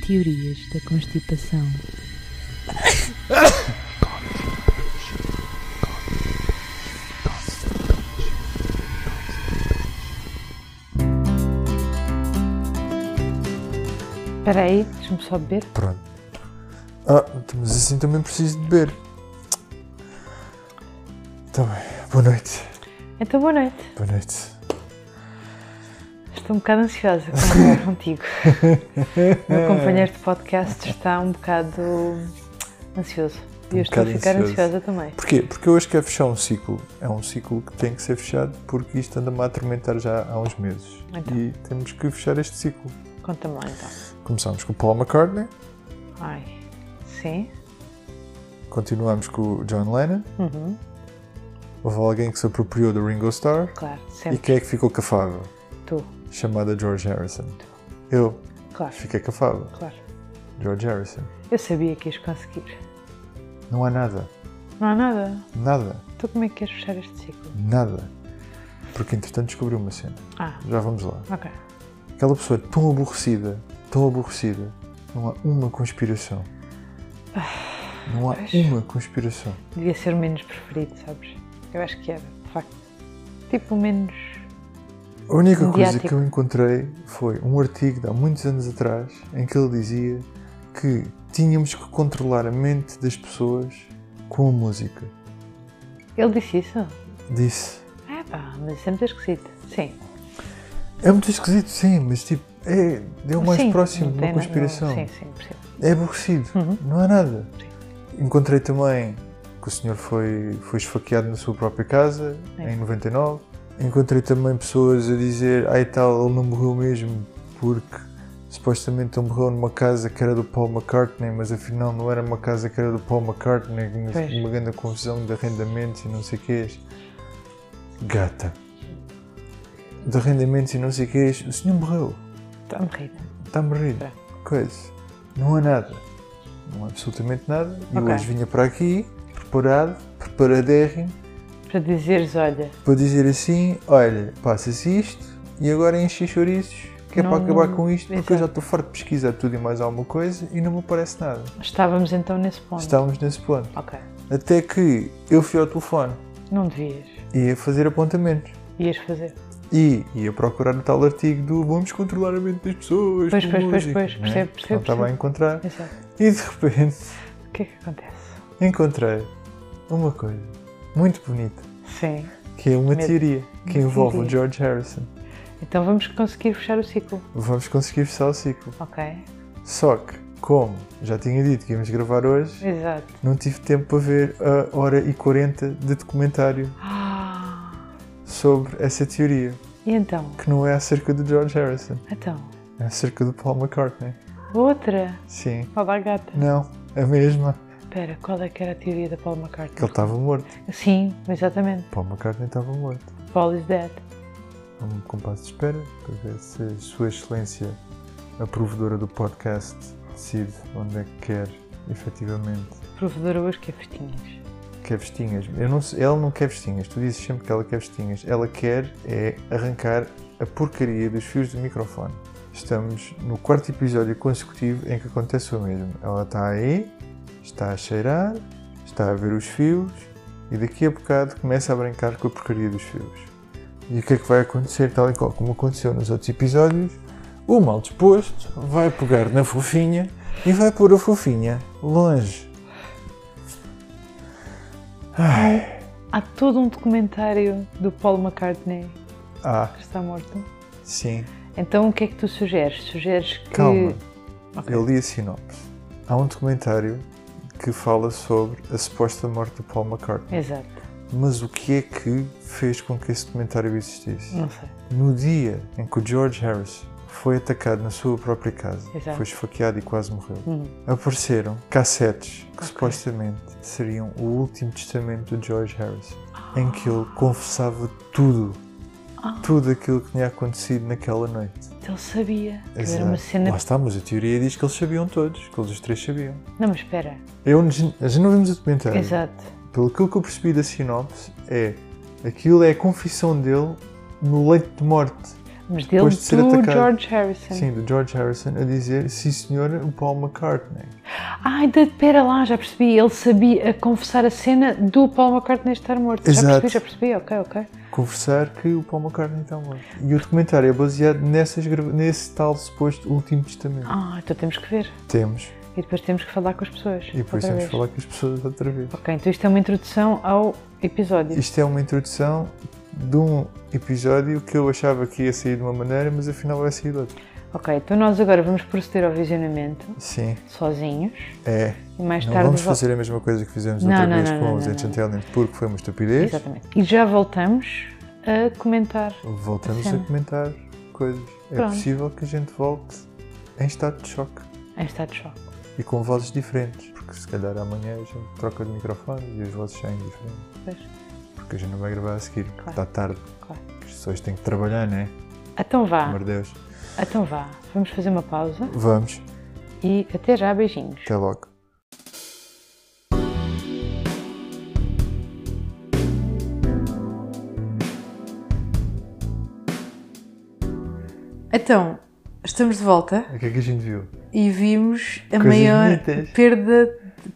Teorias da constipação. Espera aí, deixa-me só beber. Pronto. Mas assim também preciso de beber. Está bem. Boa noite. Então, boa noite. Boa noite. Estou um bocado ansiosa para falar contigo. O meu companheiro de podcast está um bocado ansioso. E eu estou a ficar ansiosa também. Porquê? Porque eu hoje quero fechar um ciclo. É um ciclo que tem que ser fechado porque isto anda-me a atormentar já há uns meses. Então. E temos que fechar este ciclo. Conta-me lá então. Começámos com o Paul McCartney. Ai, sim. Continuámos com o John Lennon. Uhum. Houve alguém que se apropriou do Ringo Starr. Claro, E sempre. quem é que ficou cafável? Tu. Chamada George Harrison. Eu Claro, fiquei cafável. claro. George Harrison. Eu sabia que ias conseguir. Não há nada. Não há nada. Nada. Tu como é que queres fechar este ciclo? Nada. Porque entretanto descobri uma cena. Ah, Já vamos lá. ok. Aquela pessoa é tão aborrecida. Não há uma conspiração. Não há Pois. uma conspiração. Devia ser o menos preferido, sabes? Eu acho que era, de facto. Tipo, o menos... A única coisa Mediático. que eu encontrei foi um artigo de há muitos anos atrás em que ele dizia que tínhamos que controlar a mente das pessoas com a música. Ele disse isso? Disse. É pá, mas isso é muito esquisito. Sim. É muito esquisito, sim, mas tipo, é o mais Sim, próximo não de uma tem- conspiração. Sim, percebo. É aborrecido, Uhum. não há nada. Sim. Encontrei também que o senhor foi esfaqueado na sua própria casa, É. em 99. Encontrei também pessoas a dizer, tal, ele não morreu mesmo porque supostamente ele morreu numa casa que era do Paul McCartney, mas afinal não era uma casa que era do Paul McCartney, Pois. uma grande confusão de arrendamentos e não sei o quê. Gata. De arrendamentos e não sei o quê, o senhor morreu. Está a morrer. Está morrido. É. Coisa. Não há nada. Não há absolutamente nada. E Ok. hoje vinha para aqui, preparadérrimo, Para dizeres, olha, para dizer assim, olha, passa-se isto e agora enche chouriços, que é Não- para acabar não- com isto, porque exato. eu já estou farto de pesquisar tudo e mais alguma coisa e não me aparece nada. estávamos então nesse ponto. Estávamos nesse ponto. Ok. Até que eu fui ao telefone Não devias. e ia fazer apontamentos. Ias fazer. E ia procurar o tal artigo do vamos controlar a mente das pessoas. Pois, com pois, música, pois, não é? percebo. Não estava a encontrar. Exato. E de repente O que é que acontece? encontrei uma coisa muito bonita, Sim. que é uma Medo. teoria que Uma envolve teoria. o George Harrison. Então vamos conseguir fechar o ciclo. Vamos conseguir fechar o ciclo. Ok. Só que, como já tinha dito que íamos gravar hoje, Exato. não tive tempo para ver a hora e 40 de documentário Ah. sobre essa teoria, E então? que não é acerca do George Harrison, Então. é acerca do Paul McCartney. Outra. Sim. Fala à gata. Não, a mesma. Espera, qual é que era a teoria da Paul McCartney? Que ele estava morto. Sim, exatamente. Paul McCartney estava morto. Paul is dead. Um compasso de espera para ver se a Sua Excelência, a provedora do podcast, decide onde é que quer, efetivamente. Provedora hoje que é festinhas. Quer vestinhas. Ela não quer vestinhas. Tu dizes sempre que ela quer vestinhas. Ela quer é arrancar a porcaria dos fios do microfone. Estamos no 4º episódio consecutivo em que acontece o mesmo. Ela está aí, está a cheirar, está a ver os fios e daqui a bocado começa a brincar com a porcaria dos fios. E o que é que vai acontecer, tal e qual como aconteceu nos outros episódios? O mal disposto vai pegar na fofinha e vai pôr a fofinha longe. Ai. Há todo um documentário do Paul McCartney que está morto. Sim. Então o que é que tu sugeres? Sugeres que... Calma. Ok. Eu li a sinopse. Há um documentário que fala sobre a suposta morte do Paul McCartney. Exato. Mas o que é que fez com que esse documentário existisse? Não sei. No dia em que o George Harrison foi atacado na sua própria casa, Exato. foi esfaqueado e quase morreu, Hum. apareceram cassetes que Ok. supostamente seriam o último testamento do George Harrison, em que ele confessava tudo. Tudo aquilo que tinha acontecido naquela noite. Ele sabia. Que era Exato. uma cena... Lá está, mas a teoria diz que eles sabiam todos, que eles os três sabiam. Não, mas espera. A gente não vimos o documentário. Exato. Pelo que eu percebi da sinopse, aquilo é a confissão dele no leito de morte. Mas dele, depois de ser do atacado. George Harrison. Sim, do George Harrison, a dizer, sim senhora, o Paul McCartney. Espera lá, já percebi. Ele sabia a confessar a cena do Paul McCartney estar morto. Exato. Já percebi, ok. Confessar que o Paul McCartney está morto. E o documentário é baseado nesse tal suposto último testamento. Então temos que ver. Temos. E depois temos que falar com as pessoas. E depois temos que falar com as pessoas outra vez. Ok, então isto é uma introdução ao episódio. Isto é uma introdução de um episódio que eu achava que ia sair de uma maneira, mas afinal vai sair de outra. Ok, então nós agora vamos proceder ao visionamento. Sim. Sozinhos. É. E mais não tarde vamos fazer a mesma coisa que fizemos outra vez com os Ancient Aliens, porque foi uma estupidez. Exatamente. E já voltamos a comentar. Voltamos a comentar coisas. Pronto. É possível que a gente volte em estado de choque. Em estado de choque. E com vozes diferentes, porque se calhar amanhã a gente troca de microfone e as vozes saem diferentes. Pois. Porque a gente não vai gravar a seguir, porque está tarde. Claro. As pessoas têm que trabalhar, não é? Então vá. Pelo amor de Deus. Então vá. Vamos fazer uma pausa. Vamos. E até já, beijinhos. Até logo. Então, estamos de volta. O que é que a gente viu? E vimos a Coisas maior bonitas. perda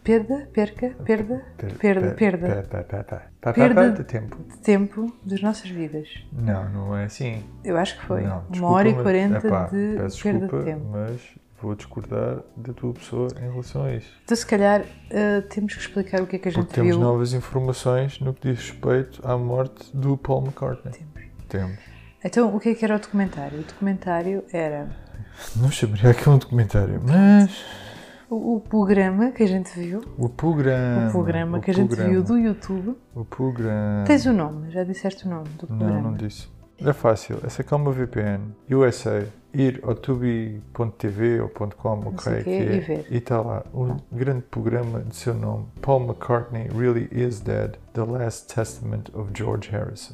de tempo. de tempo das nossas vidas. Não é assim. Eu acho que foi. Não, 1h40 de peço perda desculpa, de tempo. mas vou discordar da tua pessoa em relação a isso. Então, se calhar, temos que explicar o que é que a gente Porque temos viu. novas informações no que diz respeito à morte do Paul McCartney. Temos. Então, o que é que era o documentário? O documentário era Não chamaria aquilo um documentário, mas... o programa que a gente viu. O programa Que a gente viu do YouTube. O programa... Tens o nome? Já disseste o nome do programa? Não disse. É fácil, é sacar uma VPN, USA, ir ao tubi.tv ou .com, e está lá um grande programa de seu nome, Paul McCartney Really Is Dead, The Last Testament of George Harrison.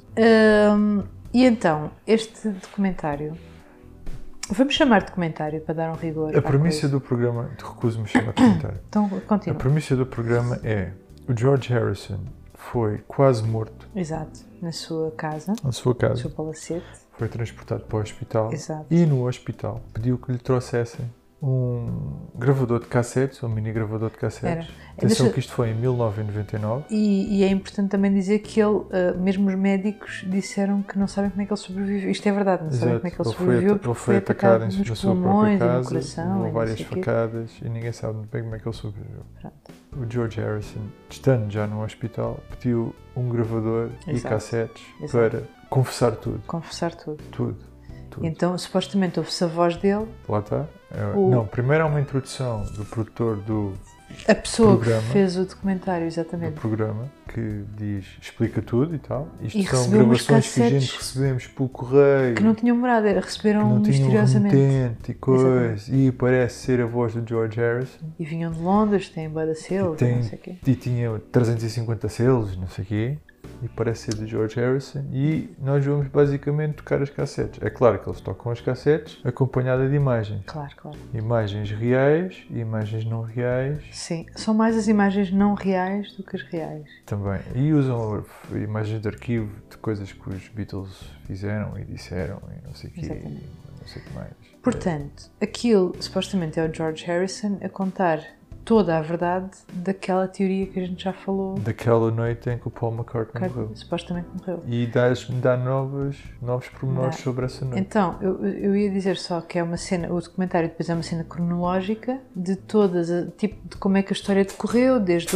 E então, este documentário, vamos chamar de documentário para dar um rigor. A premissa do programa, recuso-me a chamar de documentário. Então, continua. A premissa do programa é, o George Harrison foi quase morto. Exato, na sua casa. Na sua casa. No seu palacete. Foi transportado para o hospital. Exato. E no hospital pediu que lhe trouxessem um gravador de cassetes, um mini gravador de cassetes. Atenção que isto foi em 1999. E é importante também dizer que ele, mesmo os médicos disseram que não sabem como é que ele sobreviveu. Isto é verdade, não sabem como é que ele sobreviveu. Ele foi atacado nos sua própria casa, coração, levou várias facadas e ninguém sabe bem como é que ele sobreviveu. Pronto. O George Harrison, estando já no hospital, pediu um gravador e cassetes para confessar tudo. Confessar tudo. Tudo. Então, supostamente, ouve-se a voz dele. Lá está. Não, primeiro há uma introdução do produtor do a pessoa programa, que fez o documentário, exatamente. Do programa, que explica tudo e tal. Isto e são gravações que a gente recebemos pelo correio. Que não tinham morada, receberam que não misteriosamente. Remetente e coisa. E parece ser a voz do George Harrison. E vinham de Londres, têm bué de selos, não sei o quê. E tinha 350 selos, não sei o quê. E parece ser do George Harrison, e nós vamos basicamente tocar as cassetes. É claro que eles tocam as cassetes acompanhada de imagens. Claro. Imagens reais e imagens não reais. Sim, são mais as imagens não reais do que as reais. Também. E usam imagens de arquivo de coisas que os Beatles fizeram e disseram e não sei o quê. Exatamente. E não sei o que mais. Portanto, aquilo supostamente é o George Harrison a contar toda a verdade daquela teoria que a gente já falou. Daquela noite em que o Paul McCartney morreu. Supostamente morreu. E dá novos pormenores sobre essa noite. Então, eu ia dizer só que é uma cena, o documentário depois é uma cena cronológica de todas, tipo, de como é que a história decorreu, desde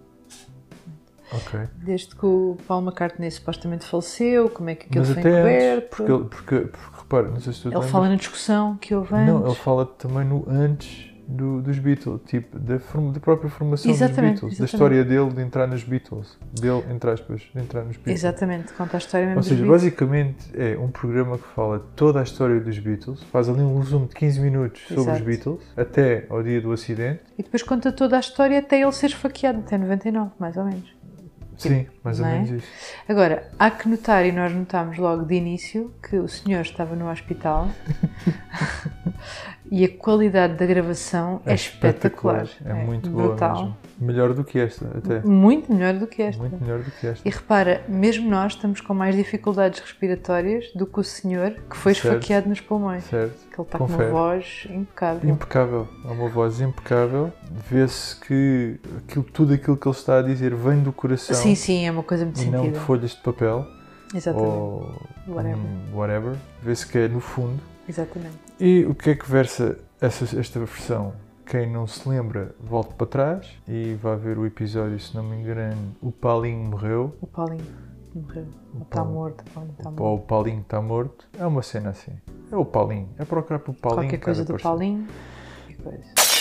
que o Paul McCartney supostamente faleceu, como é que aquilo foi encoberto. Porque repara, não sei se tu Ele fala na discussão que houve antes. Não, ele fala também no antes dos Beatles, tipo, da própria formação dos Beatles, da história dele de entrar nos Beatles, dele, entre aspas, de entrar nos Beatles. Exatamente, conta a história mesmo. Ou seja, basicamente é um programa que fala toda a história dos Beatles, faz ali um resumo de 15 minutos sobre os Beatles, até ao dia do acidente. E depois conta toda a história até ele ser esfaqueado, até 99, mais ou menos. Sim, mais ou menos isso. Agora, há que notar, e nós notámos logo de início, que o senhor estava no hospital e a qualidade da gravação é espetacular. É muito boa mesmo. Melhor do que esta, até. Muito melhor do que esta. Muito melhor do que esta. E repara, mesmo nós estamos com mais dificuldades respiratórias do que o senhor que foi esfaqueado nos pulmões. Certo. Que ele está com uma voz impecável. Impecável. É uma voz impecável. Vê-se que tudo aquilo que ele está a dizer vem do coração. Sim, sim, é uma coisa muito sentida. E não de folhas de papel. Exatamente. Ou whatever. Vê-se que é no fundo. Exatamente. E o que é que versa esta versão? Quem não se lembra, volte para trás e vai ver o episódio, se não me engano, o Paulinho morreu. O Paulinho morreu. Está morto. O Paulinho está morto. É uma cena assim. É o Paulinho. É procurar por Paulinho. Qualquer coisa do Paulinho e coisa.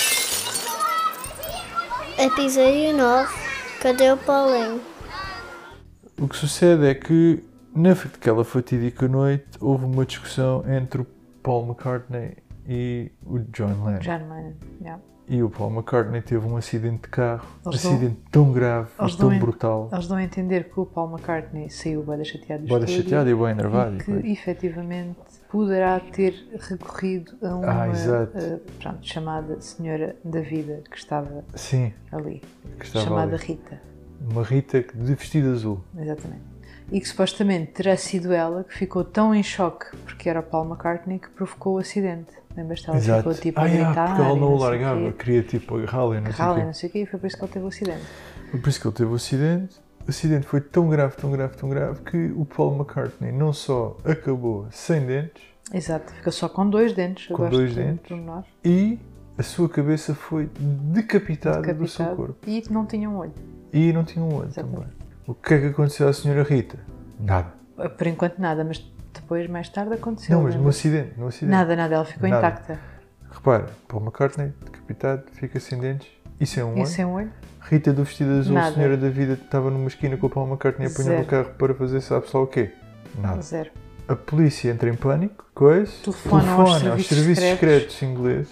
Episódio 9. Cadê o Paulinho? O que sucede é que naquela fatídica noite houve uma discussão entre o Paul McCartney e o John Lennon. Yeah. E o Paul McCartney teve um acidente de carro, tão grave e tão brutal. Eles dão a entender que o Paul McCartney saiu bem chateado do estúdio. Chateado e bem enervado. E que, efetivamente, poderá ter recorrido a uma chamada Senhora da Vida que estava ali. Chamada Rita. Uma Rita de vestido azul. Exatamente. E que supostamente terá sido ela que ficou tão em choque porque era o Paul McCartney que provocou o acidente. Lembras-te? Ela ficou tipo a gritar. Porque ela não o largava, queria tipo agarrá-lo e não sei o quê. E foi por isso que ele teve o acidente. Foi por isso que ele teve o acidente. O acidente foi tão grave que o Paul McCartney não só acabou sem dentes. Exato, ficou só com 2 dentes. Com 2 dentes. E a sua cabeça foi decapitada do seu corpo. E não tinha um olho. Também. O que é que aconteceu à senhora Rita? Nada. Por enquanto nada, mas depois, mais tarde, aconteceu. Não, mas no acidente. Nada, ela ficou intacta. Repara, Paul McCartney, decapitado, fica sem dentes e sem um olho. Rita do vestido azul, nada. Senhora da Vida, estava numa esquina com o Paul McCartney apanhando o carro para fazer sabe-se lá o quê? Nada. 0. A polícia entra em pânico, telefona aos serviços secretos ingleses.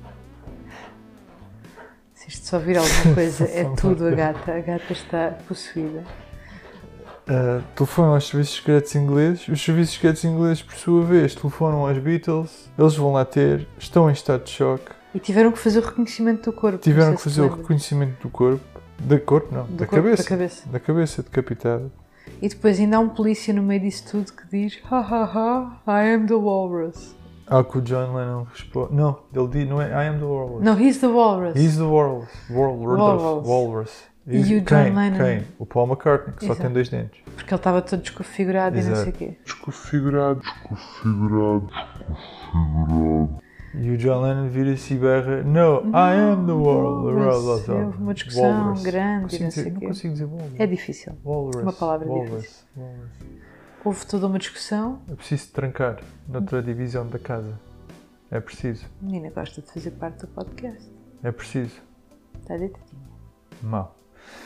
Se isto só vir alguma coisa, é tudo a gata. A gata está possuída. Telefonam aos serviços secretos ingleses. Os serviços secretos ingleses, por sua vez, telefonam aos Beatles. Eles vão lá ter, estão em estado de choque. E tiveram que fazer o reconhecimento do corpo. Tiveram que fazer o reconhecimento do corpo. Da cabeça decapitada. E depois ainda há um polícia no meio disso tudo que diz I am the walrus. Que o John Lennon responde. Não, ele diz, não é I am the walrus. No, he's the walrus. He's the walrus. Walrus. E o John Lennon? Quem? O Paul McCartney, que só tem 2 dentes. Porque ele estava todo desconfigurado. Exato. E não sei o quê. Desconfigurado. E o John Lennon vira-se e berra No, I am the walrus. Houve uma discussão grande. Não consigo dizer walrus. É difícil. Walrus. Uma palavra difícil. Houve toda uma discussão. É preciso trancar noutra divisão da casa. É preciso. A menina gosta de fazer parte do podcast. É preciso. Está ditadinha. Mal.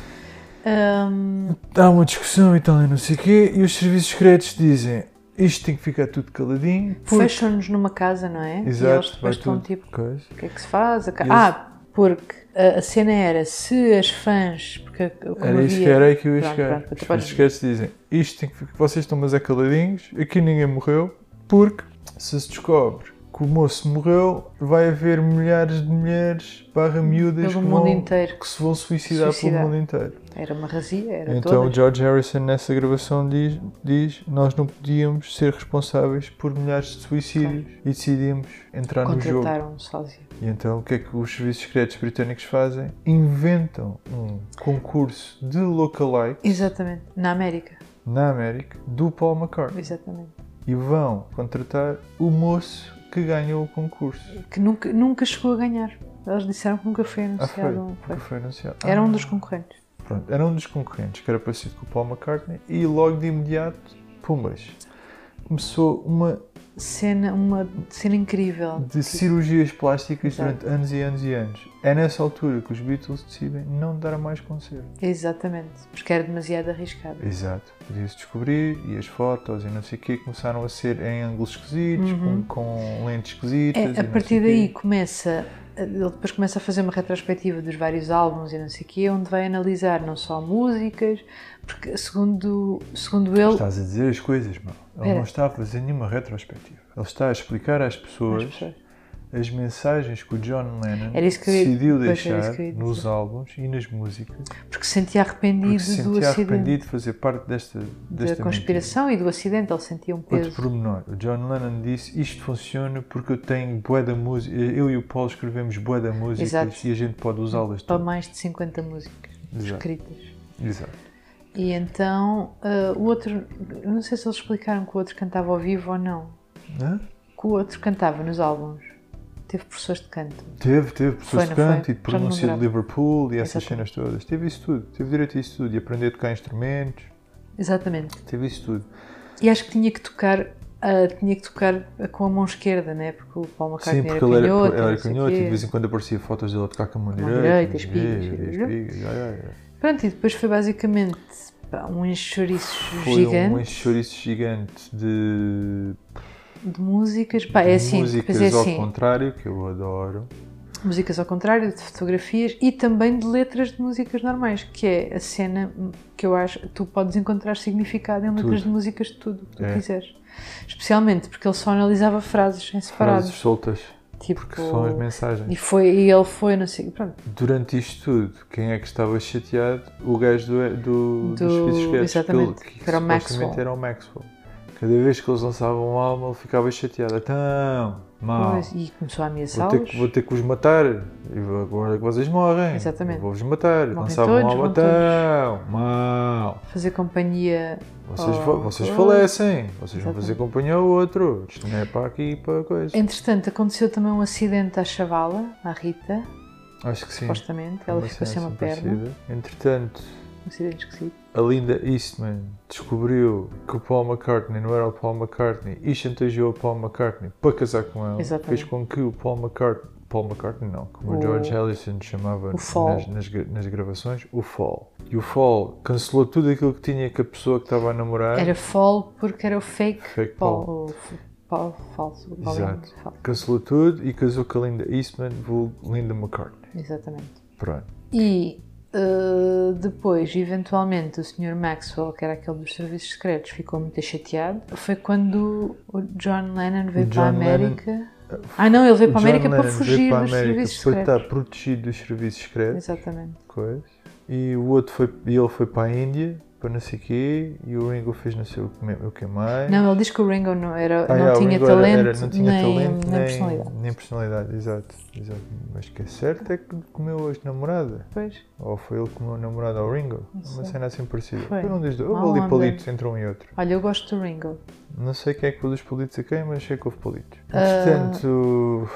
Há uma discussão e tal, não sei o quê, e os serviços secretos dizem isto tem que ficar tudo caladinho. Fecham-nos numa casa, não é? Exato. E eles depois estão tipo, o que é que se faz? Porque a cena era se as fãs... Era isso que era aí que eu ia chegar. Os serviços secretos dizem isto tem que ficar, vocês estão mas é caladinhos, aqui ninguém morreu, porque se descobre que o moço morreu, vai haver milhares de mulheres miúdas que se vão suicidar pelo mundo inteiro. Era uma razia, era então todas. O George Harrison nessa gravação diz nós não podíamos ser responsáveis por milhares de suicídios e decidimos entrar no jogo. Contrataram sozinho. E então o que é que os serviços secretos britânicos fazem? Inventam um concurso de lookalikes. Exatamente, na América, do Paul McCartney. Exatamente. E vão contratar o moço que ganhou o concurso. Que nunca chegou a ganhar. Eles disseram que nunca foi anunciado. Nunca foi anunciado. Era um dos concorrentes. Pronto, era um dos concorrentes, que era parecido com o Paul McCartney, e logo de imediato, pumbas, começou uma cena incrível. De cirurgias plásticas durante anos e anos e anos. É nessa altura que os Beatles decidem não dar mais concerto. Exatamente, porque era demasiado arriscado. Exato, podia-se descobrir, e as fotos e não sei o quê começaram a ser em ângulos esquisitos, com lentes esquisitas. A partir daí ele depois começa a fazer uma retrospectiva dos vários álbuns e não sei o quê, onde vai analisar não só músicas, porque segundo ele... Estás a dizer as coisas, meu. Ele não está a fazer nenhuma retrospectiva. Ele está a explicar às pessoas as mensagens que o John Lennon decidiu deixar nos álbuns e nas músicas. Porque se sentia arrependido de fazer parte desta conspiração mentira. E do acidente, ele sentia um peso. Outro pormenor, o John Lennon disse, isto funciona porque eu tenho bué da música, eu e o Paul escrevemos bué da músicas. Exato. E a gente pode usá-las para mais de 50 músicas escritas. Exato. E então, o outro, eu não sei se eles explicaram que o outro cantava ao vivo ou não. Que o outro cantava nos álbuns. Teve professores de canto. Teve professores de canto e de pronúncia de Liverpool e essas cenas todas. Teve isso tudo. Teve direito a isso tudo. E aprender a tocar instrumentos. Exatamente. Teve isso tudo. E acho que tinha que tocar com a mão esquerda, né? Porque o Paul McCartney era canhoto. Ele era canhoto e de vez em quando aparecia fotos dele a tocar com a mão direita. Espigas. Pronto, e depois foi basicamente um enxoriço gigante. Um enxoriço gigante de músicas, é assim, músicas ao contrário, que eu adoro. Músicas ao contrário, de fotografias e também de letras de músicas normais, que é a cena que eu acho que tu podes encontrar significado em letras de músicas de tudo que tu quiseres. Especialmente porque ele só analisava frases em separado. Frases soltas. Tipo, porque são as mensagens. E ele foi, não sei, pronto. Durante isto tudo, quem é que estava chateado? O gajo dos Serviços Secretos. Exatamente, que era o Maxwell. Era o Maxwell. Cada vez que eles lançavam um álbum, ele ficava chateado. Então, mal. E começou a ameaçá-los. Vou ter que os matar. Agora que vocês morrem. Exatamente. Vou-vos matar. Lançavam um álbum. Então, mal. Fazer companhia. Vocês falecem. Vocês vão fazer companhia ao outro. Isto não é para aqui, para coisa. Entretanto, aconteceu também um acidente à chavala, à Rita. Acho que sim. Supostamente. Ela ficou sem uma perna. Entretanto, um acidente esquisito. A Linda Eastman descobriu que o Paul McCartney não era o Paul McCartney e chantageou o Paul McCartney para casar com ela. Exatamente. Fez com que o Paul McCartney não, como o George Harrison chamava nas gravações, o Fall. E o Fall cancelou tudo aquilo que tinha com a pessoa que estava a namorar. Era Fall porque era o fake Paul. O Paul falso. O Exato. Cancelou tudo e casou com a Linda Eastman, Linda McCartney. Exatamente. Pronto. E depois, eventualmente, o Sr. Maxwell, que era aquele dos serviços secretos, ficou muito chateado. Foi quando o John Lennon veio para a América. Não, ele veio para a América para fugir dos serviços secretos. Para estar protegido dos serviços secretos. Exatamente. E o outro ele foi para a Índia, para não sei o quê, e o Ringo fez não sei o que mais. Não, ele diz que o Ringo não tinha talento, não tinha talento nem personalidade. Nem personalidade, exato. Mas o que é certo é que comeu a namorada. Pois. Ou foi ele que comeu a namorada ao Ringo. Uma cena assim parecida. Foi um dos dois. Houve ali palitos entre um e outro. Olha, eu gosto do Ringo. Não sei quem é que pôs os palitos a quem, mas sei que houve palitos. Portanto,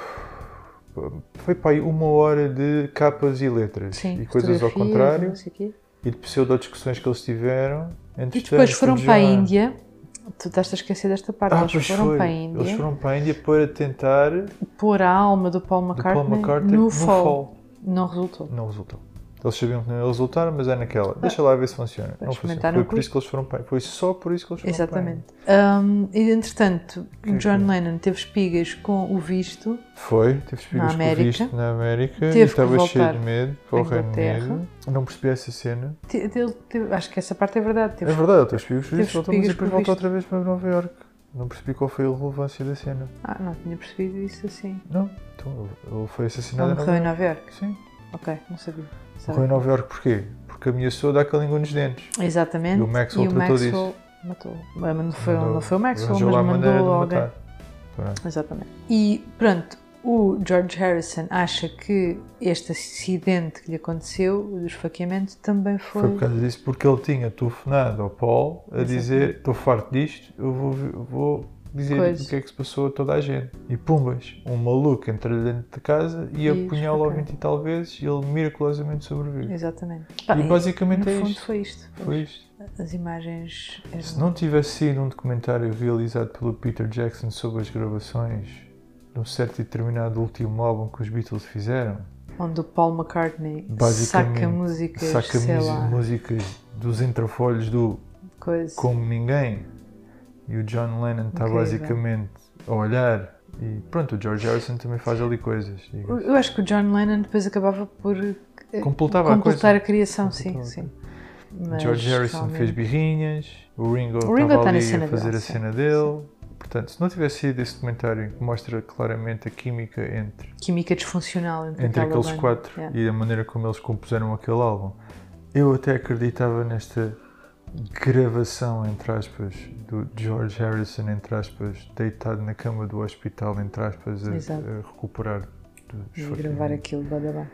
foi para aí 1 hora de capas e letras. Sim, e coisas ao contrário. E de pseudo-discussões que eles tiveram. E depois foram para a Índia. Tu estás a esquecer desta parte. Eles foram para a Índia. Eles foram para a Índia para tentar pôr a alma do Paul McCartney no Fall. Não resultou. Eles sabiam que não ia resultar, mas é naquela. Deixa lá ver se funciona. Não funcionou. Foi por isso que eles foram para a Índia. Foi só por isso que eles foram para a Índia. Exatamente. E entretanto, John Lennon teve espigas com o visto. Teve espigas com o visto na América. E estava cheio de medo para o Reino Unido. Não percebi essa cena. Acho que essa parte é verdade. É verdade, ele teve espigas com o visto, mas depois voltou outra vez para Nova Iorque. Não percebi qual foi a relevância da cena. Não tinha percebido isso assim. Não, então ele foi assassinado em Nova Iorque. Morreu em Nova Iorque? Sim. Ok, não sabia. Morreu em Nova Iorque porquê? Porque ameaçou dar com a língua nos dentes. Exatamente. E o Maxwell tratou disso. Matou. Não foi o Maxwell, mas mandou alguém. Exatamente. E pronto, o George Harrison acha que este acidente que lhe aconteceu, o esfaqueamento, também foi... Foi por causa disso, porque ele tinha telefonado ao Paul a dizer: estou farto disto, eu vou dizer o que é que se passou a toda a gente. E pumbas, um maluco entra dentro da casa e apunhala-o 20 e tal vezes e ele miraculosamente sobrevive. Exatamente. E basicamente no fundo foi isto. Foi isto. As imagens... Se não tivesse sido um documentário realizado pelo Peter Jackson sobre as gravações de um certo e determinado último álbum que os Beatles fizeram, onde o Paul McCartney saca músicas dos entrefolhos do Como Ninguém, e o John Lennon está basicamente a olhar, e pronto, o George Harrison também faz ali coisas. Eu acho que o John Lennon depois acabava por completar a criação, sim. Mas George Harrison fez birrinhas, o Ringo estava ali a fazer a cena dele. Portanto, se não tivesse sido esse documentário que mostra claramente a química entre Química disfuncional entre aqueles banda. quatro e a maneira como eles compuseram aquele álbum, eu até acreditava nesta gravação, entre aspas, do George Harrison, entre aspas, deitado na cama do hospital, entre aspas, a recuperar e gravar aquilo, badabá.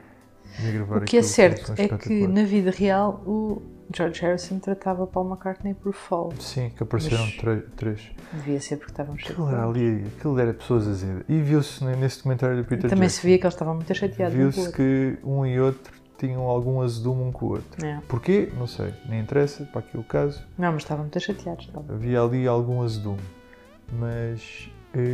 O que é certo é que na vida real o George Harrison tratava Paul McCartney por fall. Sim, que apareceram três. Devia ser porque estavam chateados. Aquilo era pessoas azedas. E viu-se nesse documentário do Peter Jackson. Também se via que eles estavam muito chateados. Viu-se que um e outro tinham algum azedume um com o outro. Porquê? Não sei. Nem interessa para aqui o caso. Não, mas estavam muito chateados. Havia ali algum azedume. Mas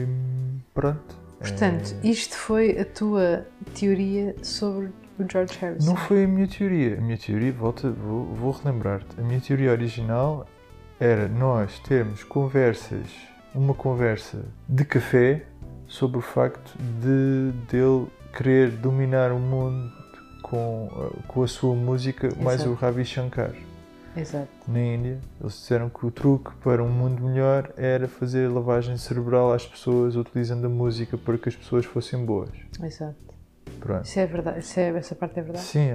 pronto. Portanto, isto foi a tua teoria sobre o George Harrison. Não foi a minha teoria. A minha teoria, vou relembrar-te. A minha teoria original era nós termos uma conversa de café sobre o facto de ele querer dominar o mundo com a sua música. Exato. Mais o Ravi Shankar. Exato. Na Índia, eles disseram que o truque para um mundo melhor era fazer lavagem cerebral às pessoas utilizando a música para que as pessoas fossem boas. Exato. Pronto. Isso é verdade. Essa parte é verdade? Sim,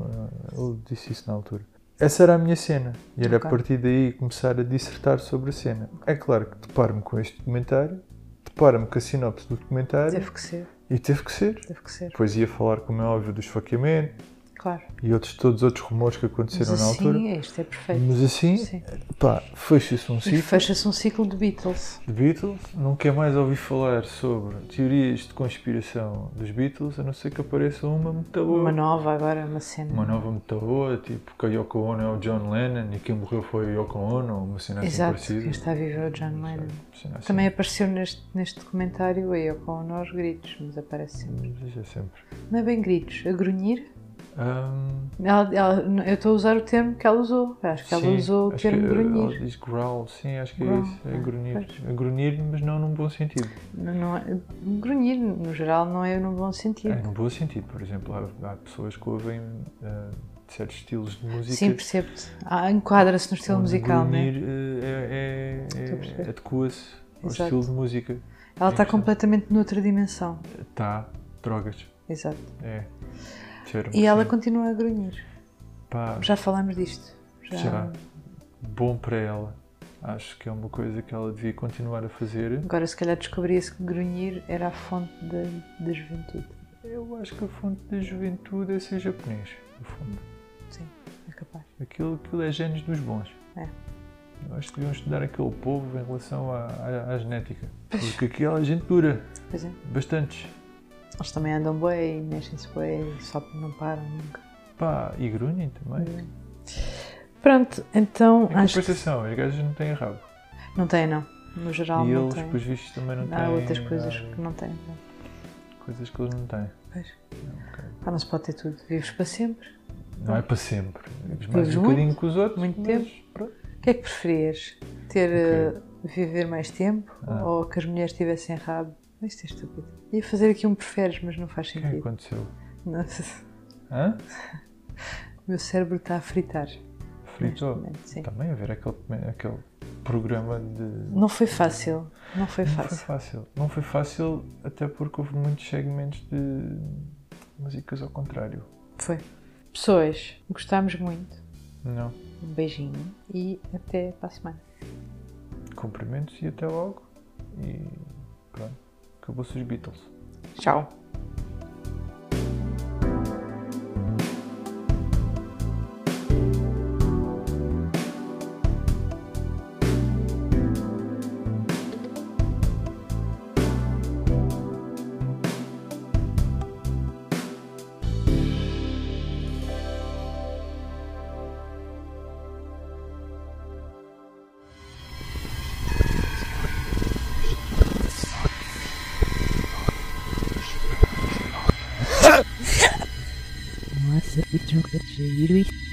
eu disse isso na altura. Essa era a minha cena. E era a partir daí começar a dissertar sobre a cena. É claro que deparo-me com este documentário, deparo-me com a sinopse do documentário. Teve que ser. E teve que ser. Depois ia falar, como é óbvio, do esfaqueamento. Claro. E todos os outros rumores que aconteceram na altura. Sim, isto é perfeito. Mas assim, fecha-se um ciclo. Fecha-se um ciclo de Beatles. Não quer mais ouvir falar sobre teorias de conspiração dos Beatles, a não ser que apareça uma muito boa. Uma nova agora, uma cena. Uma nova muito boa, tipo que a Yoko Ono é o John Lennon e quem morreu foi a Yoko Ono, uma cena assim parecida. Exato, quem está vivo é o John Lennon. Assim. Também apareceu neste documentário a Yoko Ono aos gritos, mas aparece sempre. Mas é sempre. Não é bem gritos, a grunhir. Eu estou a usar o termo que ela usou. Acho que ela usou o termo grunhir. Ela diz growl, sim, acho que growl, é isso. É grunhir. É grunhir, mas não num bom sentido. Não é, grunhir, no geral, não é num bom sentido. É num bom sentido. Por exemplo, há pessoas que ouvem certos estilos de música. Sim, percebo-te. Enquadra-se no estilo musical, não é? Grunhir adequa-se ao estilo de música. Ela está completamente noutra dimensão. Está. Drogas. Exato. É. E ela continua a grunhir. Pá, já falámos disto. Já. Bom para ela. Acho que é uma coisa que ela devia continuar a fazer. Agora, se calhar, descobria-se que grunhir era a fonte da juventude. Eu acho que a fonte da juventude é ser japonês, no fundo. Sim, é capaz. Aquilo é genes dos bons. É. Eu acho que deviam estudar aquele povo em relação à genética. Porque aquela gente dura. Pois é. Bastantes. Eles também andam bem e mexem-se bem, só não param nunca. Pá, e grunhem também. Pronto, então... Em compensação, os gajos não têm rabo. Não têm, não. No geral e não eles, têm. pelos vistos, também não têm. Há outras coisas que não têm. Coisas que eles não têm. Pois. Não se pode ter tudo. Vives para sempre. Não é para sempre. Vives mais um bocadinho que os outros. Muito tempo. Pronto. O que é que preferias? Viver mais tempo ou que as mulheres tivessem rabo? Isto é estúpido. Ia fazer aqui um preferes, mas não faz sentido. O que aconteceu? Não. Hã? O meu cérebro está a fritar. Fritou? Sim. Também a ver aquele programa de... Não foi fácil. Não foi fácil até porque houve muitos segmentos de músicas ao contrário. Foi. Pessoas, gostámos muito. Não. Um beijinho e até para a semana. Cumprimentos e até logo. E pronto. Acabou-se os Beatles. Tchau. Nossa, que troca de